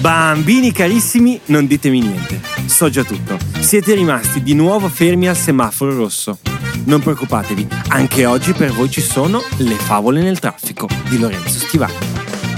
Bambini carissimi, non ditemi niente. So già tutto. Siete rimasti di nuovo fermi al semaforo rosso. Non preoccupatevi, anche oggi per voi ci sono le favole nel traffico di Lorenzo Schivacca.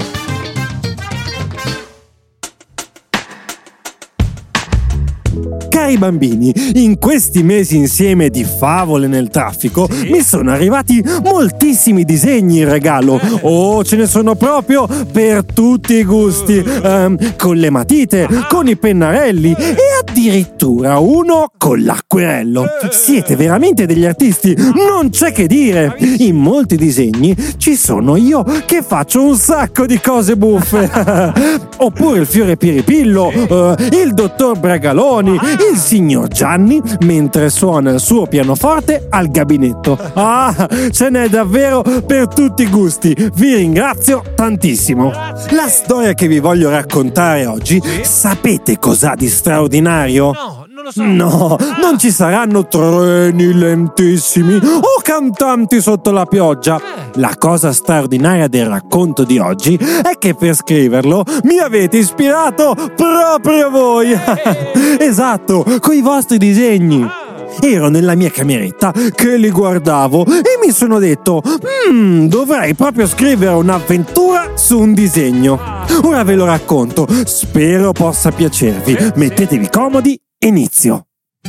Cari bambini, in questi mesi insieme di favole nel traffico mi sono arrivati moltissimi disegni in regalo. Oh, ce ne sono proprio per tutti i gusti, con le matite, con i pennarelli e addirittura uno con l'acquerello. Siete veramente degli artisti, non c'è che dire. In molti disegni ci sono io che faccio un sacco di cose buffe. Oppure il fiore Piripillo, il dottor Bragaloni, il signor Gianni mentre suona il suo pianoforte al gabinetto. Ah, ce n'è davvero per tutti i gusti. Vi ringrazio tantissimo. La storia che vi voglio raccontare oggi, sapete cos'ha di straordinario? No, non ci saranno treni lentissimi o cantanti sotto la pioggia. La cosa straordinaria del racconto di oggi è che per scriverlo mi avete ispirato proprio voi. Esatto, coi vostri disegni. Ero nella mia cameretta che li guardavo e mi sono detto dovrei proprio scrivere un'avventura su un disegno. Ora ve lo racconto, spero possa piacervi. Mettetevi comodi. Inizio.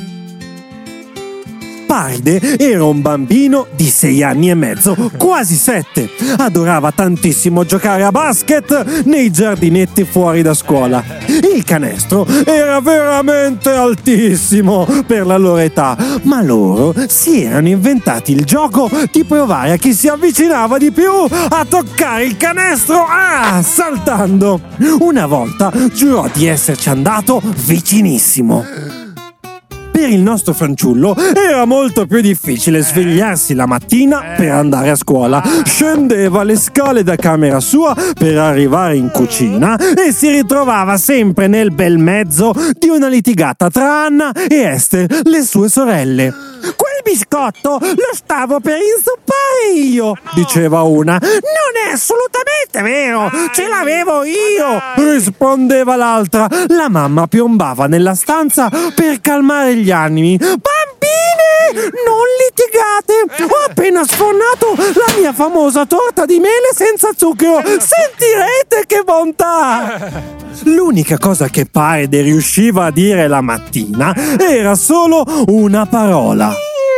Paride era un bambino di 6 anni e mezzo, quasi 7. Adorava tantissimo giocare a basket nei giardinetti fuori da scuola. Il canestro era veramente altissimo per la loro età, ma loro si erano inventati il gioco di provare a chi si avvicinava di più a toccare il canestro saltando. Una volta giurò di esserci andato vicinissimo. Per il nostro fanciullo era molto più difficile svegliarsi la mattina per andare a scuola. Scendeva le scale da camera sua per arrivare in cucina e si ritrovava sempre nel bel mezzo di una litigata tra Anna e Esther, le sue sorelle. Quel biscotto lo stavo per inzuppare io, diceva una. Non è assolutamente vero, ce l'avevo io, rispondeva l'altra. La mamma piombava nella stanza per calmare gli animi. Bambine, non litigate, ho appena sfornato la mia famosa torta di mele senza zucchero, sentirete che bontà. L'unica cosa che Paride riusciva a dire la mattina era solo una parola.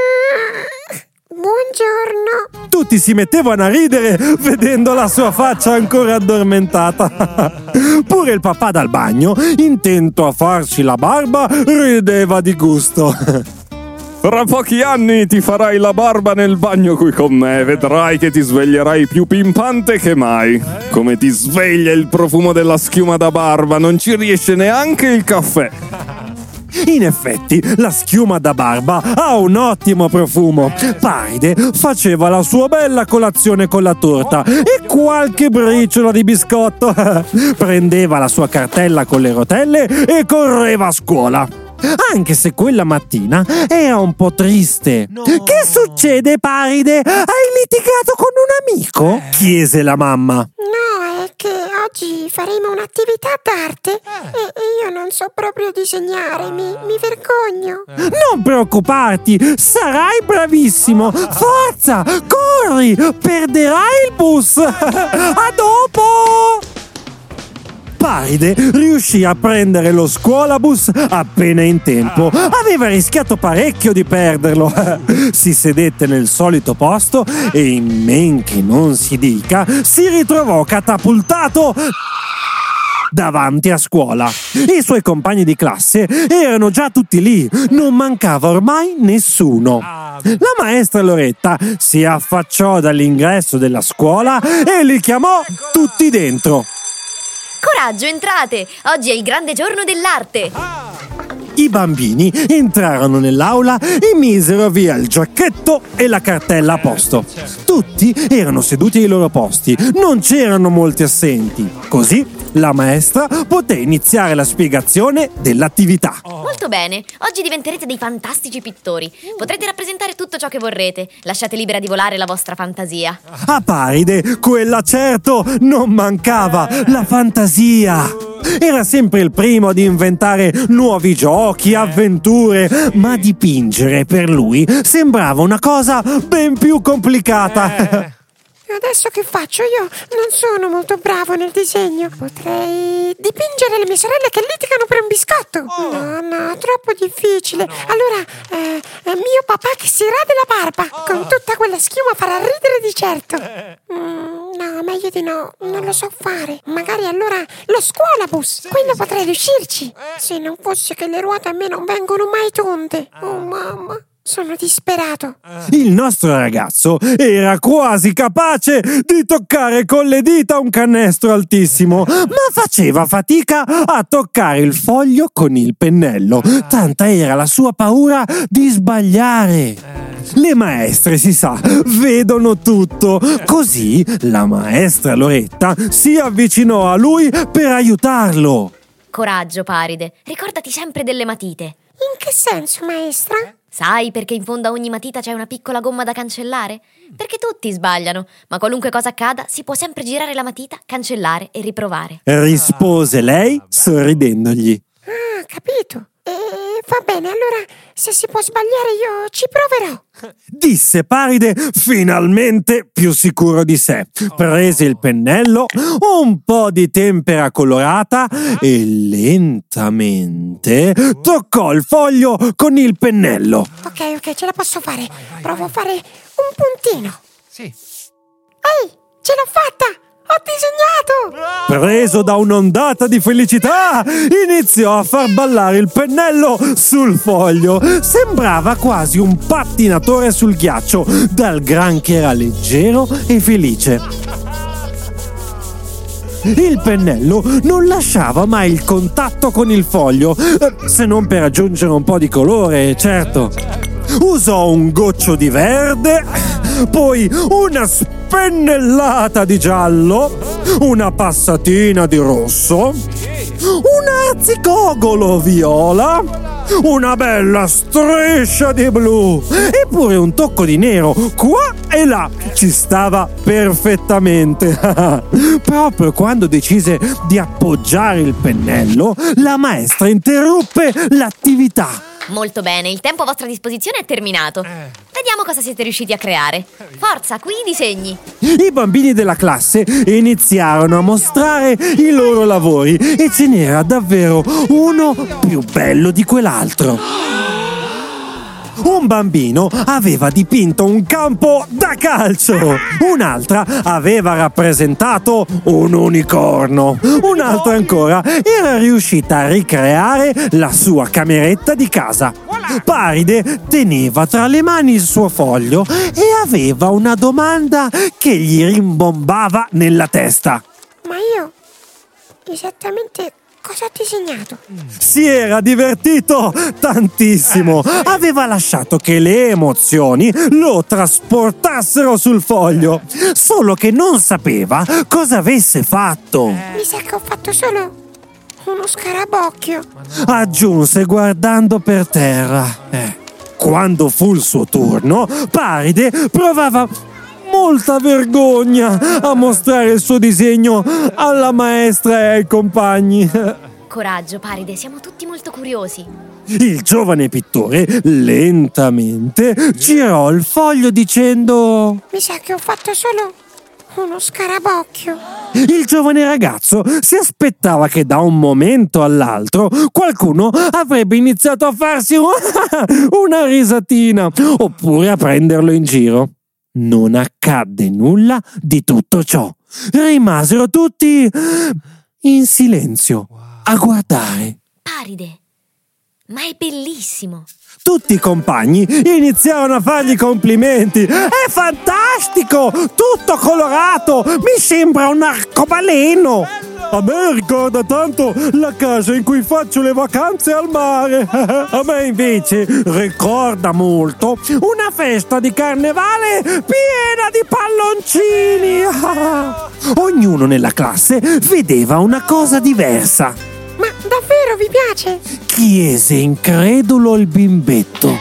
Buongiorno. Tutti si mettevano a ridere vedendo la sua faccia ancora addormentata. Pure il papà dal bagno, intento a farci la barba, rideva di gusto. Fra pochi anni ti farai la barba nel bagno qui con me, vedrai che ti sveglierai più pimpante che mai. Come ti sveglia il profumo della schiuma da barba, non ci riesce neanche il caffè. In effetti, la schiuma da barba ha un ottimo profumo. Paride faceva la sua bella colazione con la torta e qualche briciola di biscotto. Prendeva la sua cartella con le rotelle e correva a scuola. Anche se quella mattina era un po' triste. No. Che succede, Paride? Hai litigato con un amico? Chiese la mamma. No, è che oggi faremo un'attività d'arte e io non so proprio disegnare, mi vergogno. Non preoccuparti, sarai bravissimo. Forza, corri, perderai il bus. A dopo! Paride riuscì a prendere lo scuolabus appena in tempo. Aveva rischiato parecchio di perderlo. Si sedette nel solito posto e in men che non si dica si ritrovò catapultato davanti a scuola. I suoi compagni di classe erano già tutti lì, non mancava ormai nessuno. La maestra Loretta si affacciò dall'ingresso della scuola e li chiamò tutti dentro. Coraggio, entrate! Oggi è il grande giorno dell'arte! I bambini entrarono nell'aula e misero via il giacchetto e la cartella a posto. Tutti erano seduti ai loro posti, non c'erano molti assenti. Così la maestra poté iniziare la spiegazione dell'attività. Molto bene, oggi diventerete dei fantastici pittori. Potrete rappresentare tutto ciò che vorrete. Lasciate libera di volare la vostra fantasia. A Paride, quella certo non mancava, la fantasia. Era sempre il primo ad inventare nuovi giochi, avventure, ma dipingere per lui sembrava una cosa ben più complicata. E adesso che faccio? Io non sono molto bravo nel disegno. Potrei dipingere le mie sorelle che litigano per un biscotto. No, troppo difficile. Allora, mio papà che si rade la barba. Con tutta quella schiuma farà ridere di certo. No, meglio di no. Non lo so fare. Magari allora lo scuolabus. Quello potrei riuscirci. Se non fosse che le ruote a me non vengono mai tonde. Oh, mamma. Sono disperato. Il nostro ragazzo era quasi capace di toccare con le dita un canestro altissimo, ma faceva fatica a toccare il foglio con il pennello, tanta era la sua paura di sbagliare. Le maestre, si sa, vedono tutto. Così la maestra Loretta si avvicinò a lui per aiutarlo. Coraggio, Paride. Ricordati sempre delle matite. In che senso, maestra? Sai perché in fondo a ogni matita c'è una piccola gomma da cancellare? Perché tutti sbagliano, ma qualunque cosa accada si può sempre girare la matita, cancellare e riprovare. Rispose lei sorridendogli. Ah, capito. Va bene, allora se si può sbagliare io ci proverò. Disse Paride, finalmente più sicuro di sé. Prese il pennello, un po' di tempera colorata e lentamente toccò il foglio con il pennello. Ok, ce la posso fare. Provo a fare un puntino. Sì. Ehi, ce l'ho fatta! Ho disegnato! Preso da un'ondata di felicità, iniziò a far ballare il pennello sul foglio. Sembrava quasi un pattinatore sul ghiaccio, dal gran che era leggero e felice. Il pennello non lasciava mai il contatto con il foglio, se non per aggiungere un po' di colore, certo. Usò un goccio di verde, poi una spennellata di giallo, una passatina di rosso, un arzigogolo viola, una bella striscia di blu e pure un tocco di nero qua e là. Ci stava perfettamente. Proprio quando decise di appoggiare il pennello, la maestra interruppe l'attività. Molto bene, il tempo a vostra disposizione è terminato. Vediamo cosa siete riusciti a creare. Forza, qui i disegni. I bambini della classe iniziarono a mostrare i loro lavori e ce n'era davvero uno più bello di quell'altro. Un bambino aveva dipinto un campo da calcio, un'altra aveva rappresentato un unicorno, un'altra ancora era riuscita a ricreare la sua cameretta di casa. Paride teneva tra le mani il suo foglio e aveva una domanda che gli rimbombava nella testa. Ma io esattamente cosa ho disegnato? Si era divertito tantissimo. Aveva lasciato che le emozioni lo trasportassero sul foglio, solo che non sapeva cosa avesse fatto. Mi sa che ho fatto solo uno scarabocchio. Aggiunse guardando per terra. Quando fu il suo turno, Paride provava molta vergogna a mostrare il suo disegno alla maestra e ai compagni. Coraggio, Paride, siamo tutti molto curiosi. Il giovane pittore lentamente girò il foglio dicendo: Mi sa che ho fatto solo uno scarabocchio. Il giovane ragazzo si aspettava che da un momento all'altro qualcuno avrebbe iniziato a farsi una risatina oppure a prenderlo in giro. Non accadde nulla di tutto ciò. Rimasero tutti in silenzio a guardare. Paride, ma è bellissimo. Tutti i compagni iniziarono a fargli complimenti. È fantastico! Tutto colorato! Mi sembra un arcobaleno! A me ricorda tanto la casa in cui faccio le vacanze al mare. A me invece ricorda molto una festa di carnevale piena di palloncini. Ognuno nella classe vedeva una cosa diversa. Ma davvero vi piace? Chiese incredulo il bimbetto.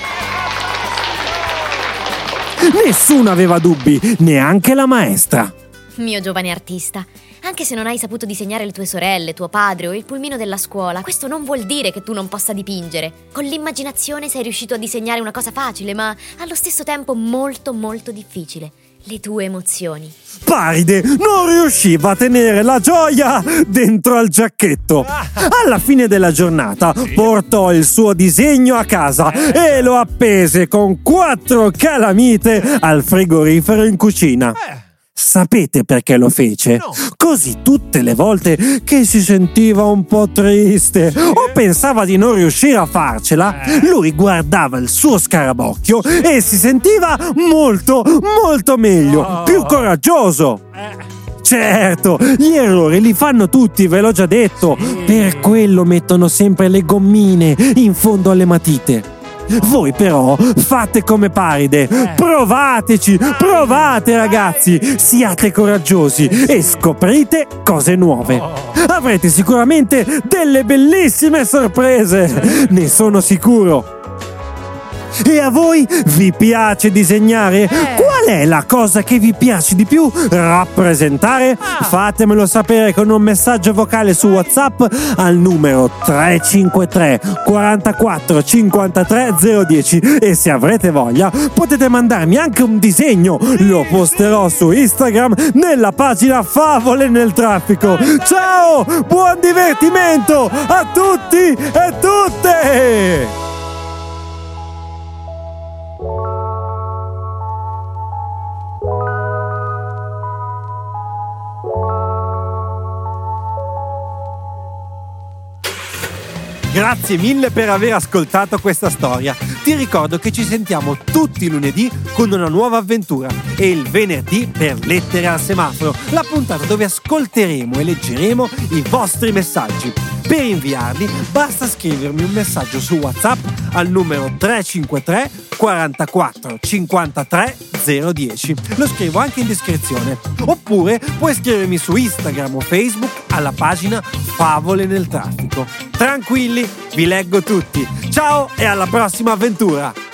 Nessuno aveva dubbi, neanche la maestra. Mio giovane artista, Anche se non hai saputo disegnare le tue sorelle, tuo padre o il pulmino della scuola, questo non vuol dire che tu non possa dipingere. Con l'immaginazione sei riuscito a disegnare una cosa facile, ma allo stesso tempo molto molto difficile. Le tue emozioni. Paride non riusciva a tenere la gioia dentro al giacchetto. Alla fine della giornata portò il suo disegno a casa e lo appese con 4 calamite al frigorifero in cucina. Sapete perché lo fece? No. Così tutte le volte che si sentiva un po' triste o pensava di non riuscire a farcela, lui guardava il suo scarabocchio e si sentiva molto, molto meglio, più coraggioso. Certo, gli errori li fanno tutti, ve l'ho già detto. Per quello mettono sempre le gommine in fondo alle matite. Voi però fate come Paride, provateci, provate ragazzi, siate coraggiosi e scoprite cose nuove. Avrete sicuramente delle bellissime sorprese, ne sono sicuro. E a voi vi piace disegnare? Qual è la cosa che vi piace di più rappresentare? Fatemelo sapere con un messaggio vocale su WhatsApp al numero 353 44 53 010 e se avrete voglia potete mandarmi anche un disegno, lo posterò su Instagram nella pagina Favole nel Traffico. Ciao, buon divertimento a tutti e tutte! Grazie mille per aver ascoltato questa storia. Ti ricordo che ci sentiamo tutti i lunedì con una nuova avventura e il venerdì per Lettere al semaforo, la puntata dove ascolteremo e leggeremo i vostri messaggi. Per inviarli basta scrivermi un messaggio su WhatsApp al numero 353 44 53 010. Lo scrivo anche in descrizione. Oppure puoi scrivermi su Instagram o Facebook alla pagina Favole nel Traffico. Tranquilli, vi leggo tutti. Ciao e alla prossima avventura!